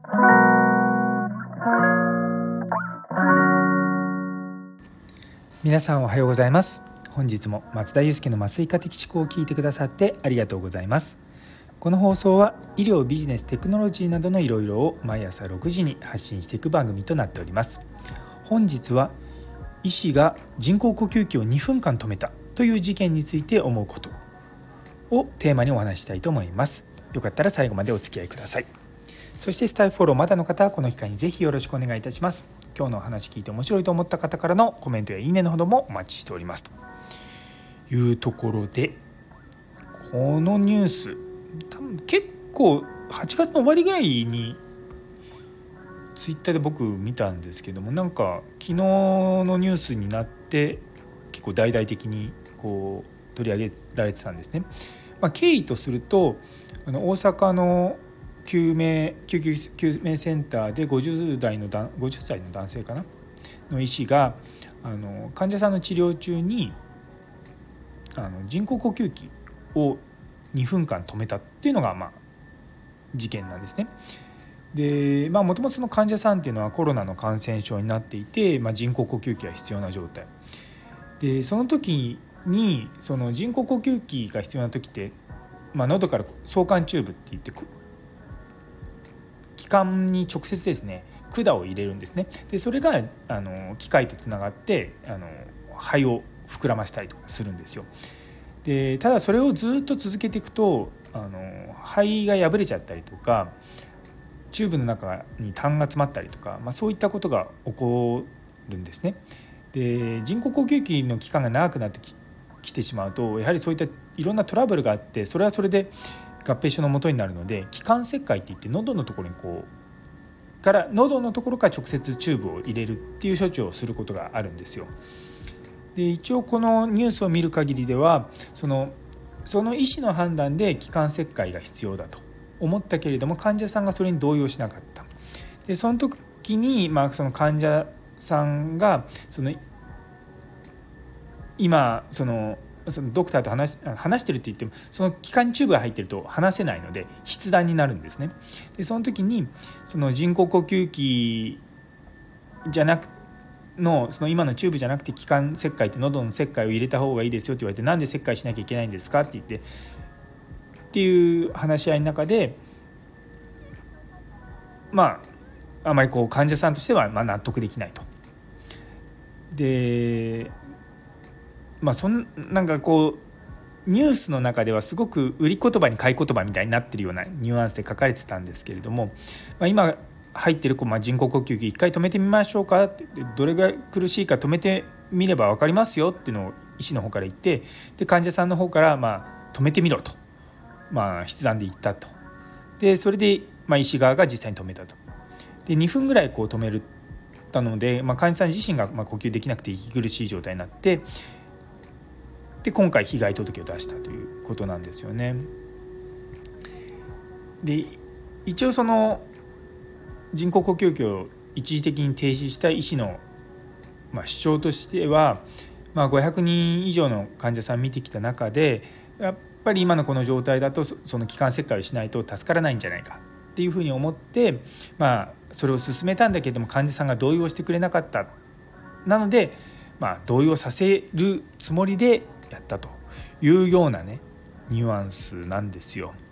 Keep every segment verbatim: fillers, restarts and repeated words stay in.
皆さんおはようございます。本日も松田祐介の麻酔科的思考を聞いてくださってありがとうございます。この放送は医療、ビジネス、テクノロジーなどのいろいろを毎朝ろくじに発信していく番組となっております。本日は医師が人工呼吸器をにふんかん止めたという事件について思うことをテーマにお話ししたいと思います。よかったら最後までお付き合いください。そしてスタイフフォローまだの方はこの機会にぜひよろしくお願いいたします。今日のお話聞いて面白いと思った方からのコメントやいいねのほどもお待ちしておりますというところで、このニュース多分結構はちがつの終わりぐらいにツイッターで僕見たんですけども、なんか昨日のニュースになって結構大々的にこう取り上げられてたんですね。まあ、経緯とすると、あの大阪の救命救急救命センターでごじゅうだいのごじゅっさいの男性かなの医師があの患者さんの治療中にあの人工呼吸器をにふんかん止めたっていうのが、まあ、事件なんですね。で、まあ、もともとその患者さんっていうのはコロナの感染症になっていて、まあ、人工呼吸器が必要な状態で、その時にその人工呼吸器が必要な時って、まあ、喉から挿管チューブって言って気管に直接ですね管を入れるんですね。でそれがあの機械とつながってあの肺を膨らませたりとかするんですよ。でただそれをずっと続けていくとあの肺が破れちゃったりとかチューブの中に痰が詰まったりとか、まあ、そういったことが起こるんですね。で人工呼吸器の期間が長くなって き, きてしまうとやはりそういったいろんなトラブルがあって、それはそれで合併症の元になるので、気管切開っていって喉のところにこうから喉のところから直接チューブを入れるっていう処置をすることがあるんですよ。で一応このニュースを見る限りではそのその医師の判断で気管切開が必要だと思ったけれども、患者さんがそれに同意をしなかった。でその時に、まあ、その患者さんがその今そのそのドクターと話し、話してるって言ってもその気管にチューブが入ってると話せないので筆談になるんですね。でその時にその人工呼吸器じゃなくのその今のチューブじゃなくて気管切開って喉の切開を入れた方がいいですよって言われて、なんで切開しなきゃいけないんですかって言ってっていう話し合いの中で、まああまりこう患者さんとしてはまあ納得できないと。でまあそんなんかこうニュースの中ではすごく売り言葉に買い言葉みたいになってるようなニュアンスで書かれてたんですけれども、まあ、今入ってるこう、まあ、人工呼吸器一回止めてみましょうかって、どれが苦しいか止めてみれば分かりますよっていうのを医師の方から言って、で患者さんの方からまあ止めてみろと、まあ、筆談で言ったと。でそれでまあ医師側が実際に止めたと。でにふんぐらいこう止めるたので、まあ、患者さん自身がまあ呼吸できなくて息苦しい状態になって、で今回被害届を出したということなんですよね。で一応その人工呼吸器を一時的に停止した医師の、まあ、主張としては、まあ、ごひゃくにん以上の患者さん見てきた中でやっぱり今のこの状態だとその気管切開をしないと助からないんじゃないかっていうふうに思って、まあ、それを進めたんだけれども患者さんが同意をしてくれなかった。なので、まあ、同意をさせるつもりでやったというようなねニュアンスなんですよ。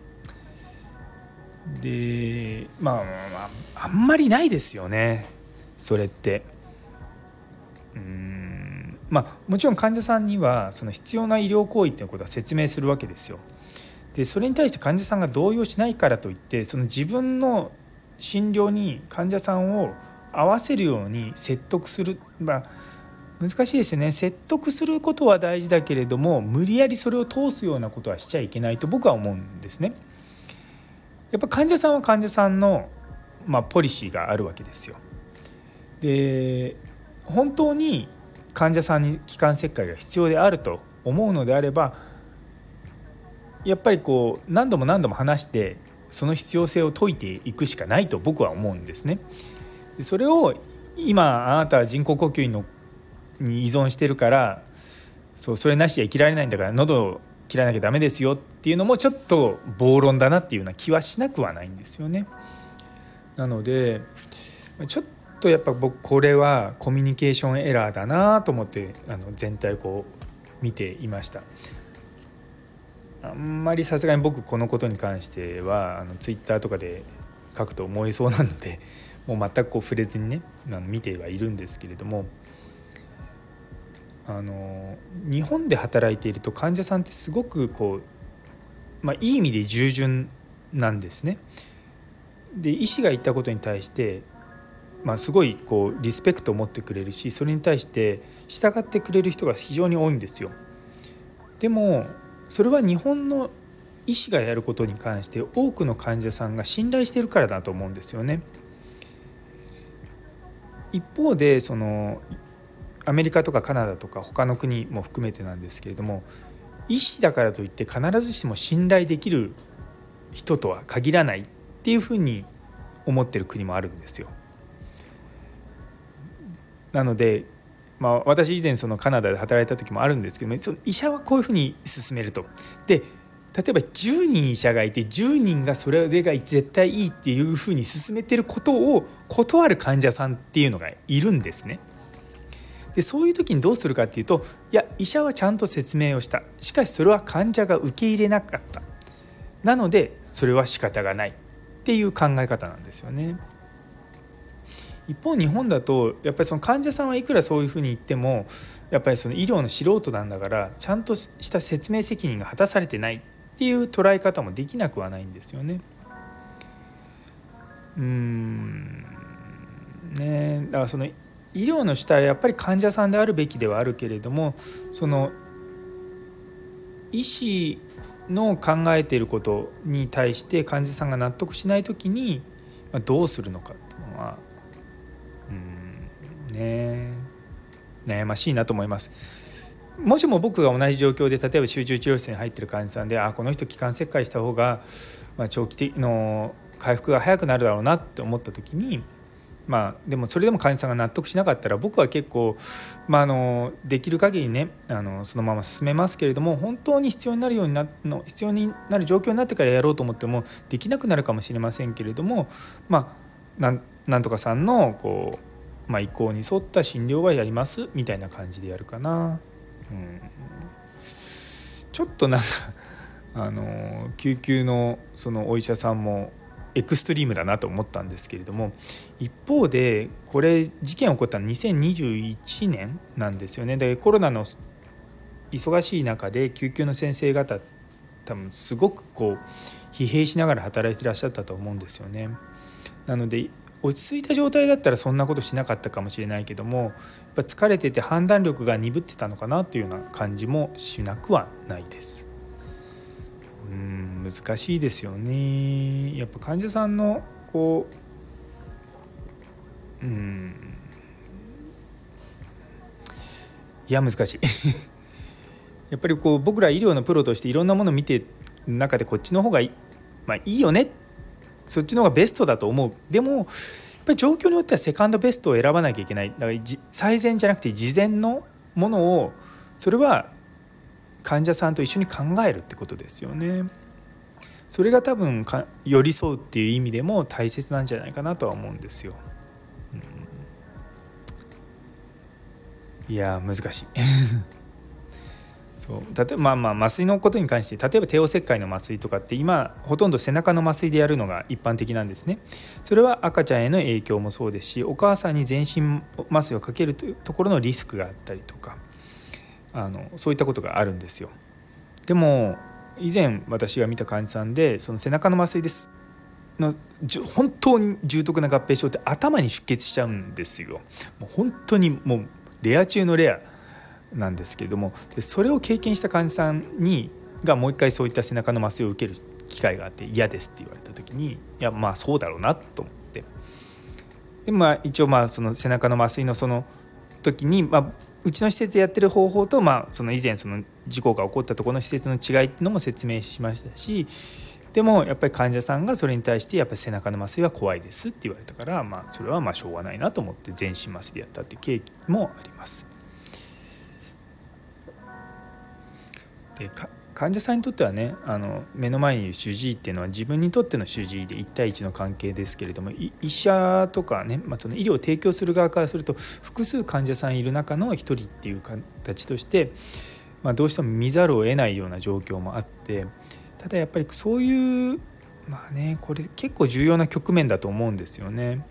でまあ、まあ、あんまりないですよねそれって。うーんまあもちろん患者さんにはその必要な医療行為っていうことは説明するわけですよ。でそれに対して患者さんが同意をしないからといってその自分の診療に患者さんを合わせるように説得する、まあ難しいですよね。説得することは大事だけれども無理やりそれを通すようなことはしちゃいけないと僕は思うんですね。やっぱ患者さんは患者さんの、まあ、ポリシーがあるわけですよ。で本当に患者さんに気管切開が必要であると思うのであればやっぱりこう何度も何度も話してその必要性を説いていくしかないと僕は思うんですね。それを今あなたは人工呼吸のに依存してるからそうそれなしじゃ生きられないんだから喉を切らなきゃダメですよっていうのもちょっと暴論だなっていうような気はしなくはないんですよね。 なのでちょっとやっぱ僕これはコミュニケーションエラーだなと思ってあの全体をこう見ていました。あんまりさすがに僕このことに関してはあのツイッターとかで書くと思いそうなのでもう全くこう触れずにねあの見てはいるんですけれども、あの日本で働いていると患者さんってすごくこう、まあ、いい意味で従順なんですね。で医師が言ったことに対して、まあ、すごいこうリスペクトを持ってくれるし、それに対して従ってくれる人が非常に多いんですよ。でもそれは日本の医師がやることに関して多くの患者さんが信頼しているからだと思うんですよね。一方でそのアメリカとかカナダとか他の国も含めてなんですけれども、医師だからといって必ずしも信頼できる人とは限らないっていうふうに思ってる国もあるんですよ。なので、まあ、私以前そのカナダで働いた時もあるんですけども、その医者はこういうふうに進めると。で例えばじゅうにん医者がいてじゅうにんがそれが絶対いいっていうふうに進めてることを断る患者さんっていうのがいるんですね。でそういう時にどうするかっていうと、いや医者はちゃんと説明をした、しかしそれは患者が受け入れなかった、なのでそれは仕方がないっていう考え方なんですよね。一方日本だとやっぱりその患者さんはいくらそういうふうに言っても、やっぱりその医療の素人なんだからちゃんとした説明責任が果たされてないっていう捉え方もできなくはないんですよね。うーんねだからその医療の主体はやっぱり患者さんであるべきではあるけれども、その医師の考えていることに対して患者さんが納得しないときにどうするのかっていうのはうんね悩ましいなと思います。もしも僕が同じ状況で例えば集中治療室に入っている患者さんで、あこの人気管切開した方が、まあ、長期的の回復が早くなるだろうなって思った時に、まあ、でもそれでも患者さんが納得しなかったら僕は結構、まあ、あのできる限りねあのそのまま進めますけれども、本当に必要になるようになの必要になる状況になってからやろうと思ってもできなくなるかもしれませんけれども、まあ、なんなんとかさんのこう、まあ、意向に沿った診療はやりますみたいな感じでやるかな。うん、ちょっとなんかあの救急のそのお医者さんもエクストリームだなと思ったんですけれども、一方でこれ事件起こったのにせんにじゅういちねんなんですよね。でコロナの忙しい中で救急の先生方多分すごくこう疲弊しながら働いていらっしゃったと思うんですよね。なので落ち着いた状態だったらそんなことしなかったかもしれないけども、やっぱ疲れてて判断力が鈍ってたのかなというような感じもしなくはないです。うーん難しいですよね。やっぱ患者さんのこううんいや難しいやっぱりこう僕ら医療のプロとしていろんなものを見てる中でこっちの方がいい、まあ、いいよね、そっちの方がベストだと思う。でもやっぱり状況によってはセカンドベストを選ばなきゃいけない。だから最善じゃなくて事前のものを、それは患者さんと一緒に考えるってことですよね。それが多分か寄り添うっていう意味でも大切なんじゃないかなとは思うんですよ。うん、いや難しいそう例えばまあまあ麻酔のことに関して、例えば帝王切開の麻酔とかって今ほとんど背中の麻酔でやるのが一般的なんですね。それは赤ちゃんへの影響もそうですし、お母さんに全身麻酔をかけるというところのリスクがあったりとか、あのそういったことがあるんですよ。でも以前私が見た患者さんで、その背中の麻酔ですの本当に重篤な合併症って頭に出血しちゃうんですよ。もう本当にもうレア中のレアなんですけれども、でそれを経験した患者さんにがもう一回そういった背中の麻酔を受ける機会があって嫌ですって言われた時に、いやまあそうだろうなと思って、で、まあ、一応まあその背中の麻酔のその時に、まあ、うちの施設でやってる方法と、まあ、その以前その事故が起こったところの施設の違いっていうのも説明しましたし、でもやっぱり患者さんがそれに対してやっぱり背中の麻酔は怖いですって言われたから、まあ、それはまあしょうがないなと思って全身麻酔でやったっていう経験もあります。で患者さんにとってはね、あの目の前にいる主治医っていうのは自分にとっての主治医でいち対いちの関係ですけれども、医者とかね、まあ、その医療を提供する側からすると複数患者さんいる中の一人っていう形として、まあ、どうしても見ざるを得ないような状況もあって、ただやっぱりそういうまあね、これ結構重要な局面だと思うんですよね。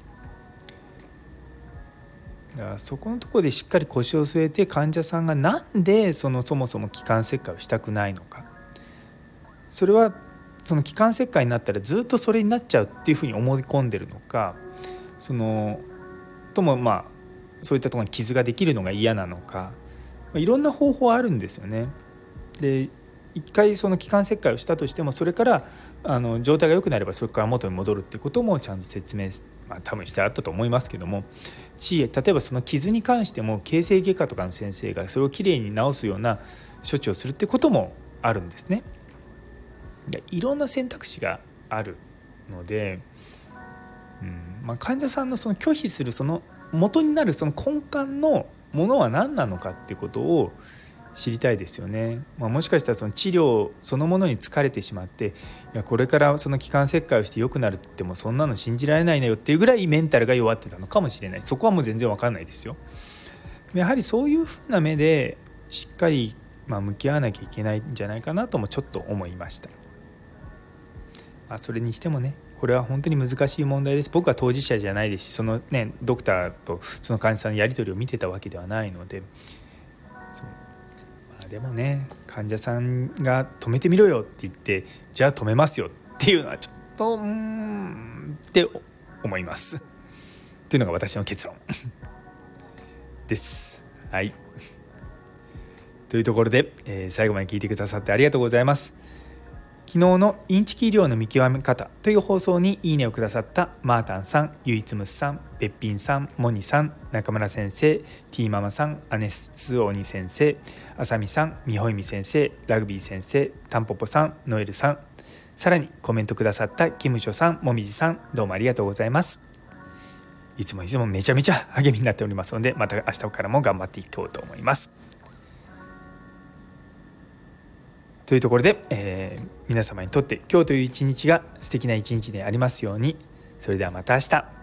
だからそこのところでしっかり腰を据えて、患者さんがなんでそのそもそも気管切開をしたくないのか、それはその気管切開になったらずっとそれになっちゃうっていうふうに思い込んでるのか、そのともまあそういったところに傷ができるのが嫌なのか、いろんな方法あるんですよね。で一回その気管切開をしたとしても、それからあの状態が良くなればそれから元に戻るっていうこともちゃんと説明、まあ、多分してあったと思いますけども、例えばその傷に関しても形成外科とかの先生がそれをきれいに治すような処置をするってこともあるんですね。でいろんな選択肢があるので、うんまあ、患者さんのその拒否するその元になるその根幹のものは何なのかっていうことを知りたいですよね。まあ、もしかしたらその治療そのものに疲れてしまって、いやこれからその気管切開をして良くなるって言ってもそんなの信じられないのよっていうぐらいメンタルが弱ってたのかもしれない。そこはもう全然分かんないですよ。やはりそういうふうな目でしっかりまあ向き合わなきゃいけないんじゃないかなともちょっと思いました。まあ、それにしてもね、これは本当に難しい問題です。僕は当事者じゃないですし、そのねドクターとその患者さんのやり取りを見てたわけではないので、そうでもね、患者さんが止めてみろよって言ってじゃあ止めますよっていうのはちょっとうーんって思いますというのが私の結論です。はい、というところで、えー、最後まで聞いてくださってありがとうございます。昨日のインチキ医療の見極め方という放送にいいねをくださったマータンさん、ゆいつむさん、べっぴんさん、モニさん、中村先生、ティーママさん、アネスオニ先生、あさみさん、みほいみ先生、ラグビー先生、タンポポさん、ノエルさん、さらにコメントくださったキムショさん、もみじさん、どうもありがとうございます。いつもいつもめちゃめちゃ励みになっておりますので、また明日からも頑張っていこうと思います。というところで、えー、皆様にとって今日という一日が素敵な一日でありますように。それではまた明日。